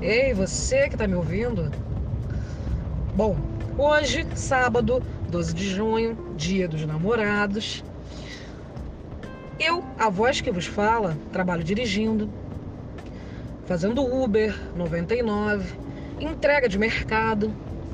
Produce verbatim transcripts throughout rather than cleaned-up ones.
Ei, você que tá me ouvindo? Bom, hoje, sábado, doze de junho, dia dos namorados. Eu, a voz que vos fala, trabalho dirigindo, fazendo Uber, noventa e nove, entrega de mercado.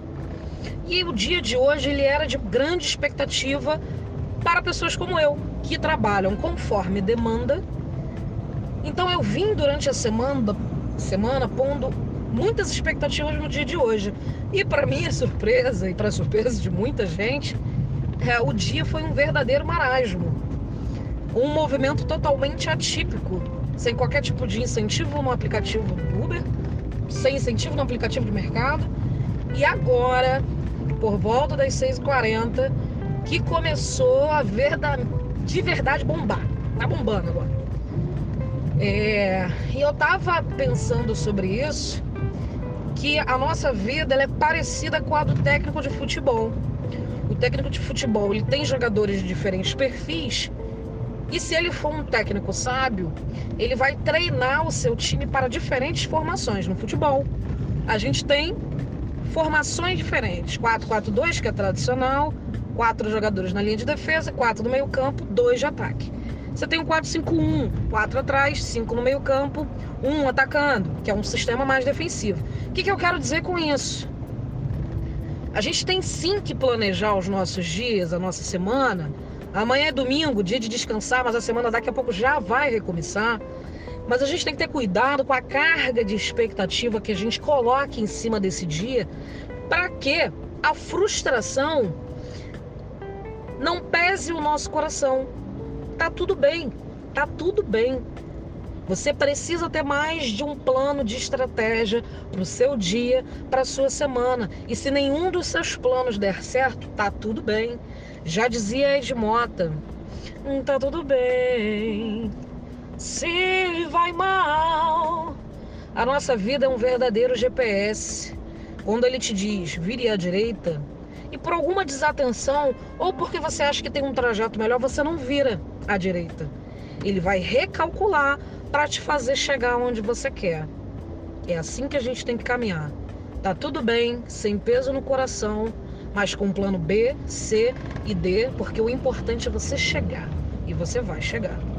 E o dia de hoje ele era de grande expectativa para pessoas como eu, que trabalham conforme demanda. Então eu vim durante a semana, semana pondo muitas expectativas no dia de hoje. E para minha surpresa, e para surpresa de muita gente, é, o dia foi um verdadeiro marasmo. Um movimento totalmente atípico, sem qualquer tipo de incentivo no aplicativo do Uber, sem incentivo no aplicativo de mercado. E agora, por volta das seis e quarenta, que começou a verdade, de verdade bombar. Tá bombando agora. É, e eu tava pensando sobre isso, que a nossa vida ela é parecida com a do técnico de futebol. O técnico de futebol ele tem jogadores de diferentes perfis, e se ele for um técnico sábio, ele vai treinar o seu time para diferentes formações. No futebol, a gente tem formações diferentes: quatro quatro dois, que é tradicional, quatro jogadores na linha de defesa, quatro no meio campo, dois de ataque. Você tem um quatro cinco um, quatro atrás, cinco no meio campo, um atacando, que é um sistema mais defensivo. O que, que eu quero dizer com isso? A gente tem sim que planejar os nossos dias, a nossa semana. Amanhã é domingo, dia de descansar, mas a semana daqui a pouco já vai recomeçar. Mas a gente tem que ter cuidado com a carga de expectativa que a gente coloca em cima desse dia, para que a frustração não pese o nosso coração. Tá tudo bem, tá tudo bem. Você precisa ter mais de um plano de estratégia para o seu dia, para a sua semana. E se nenhum dos seus planos der certo, tá tudo bem. Já dizia Ed Mota, hum, tá tudo bem, se vai mal. A nossa vida é um verdadeiro G P S. Quando ele te diz, vire à direita, e por alguma desatenção, ou porque você acha que tem um trajeto melhor, você não vira à direita. Ele vai recalcular para te fazer chegar onde você quer. É assim que a gente tem que caminhar. Tá tudo bem, sem peso no coração, mas com plano B, C e D, porque o importante é você chegar. E você vai chegar.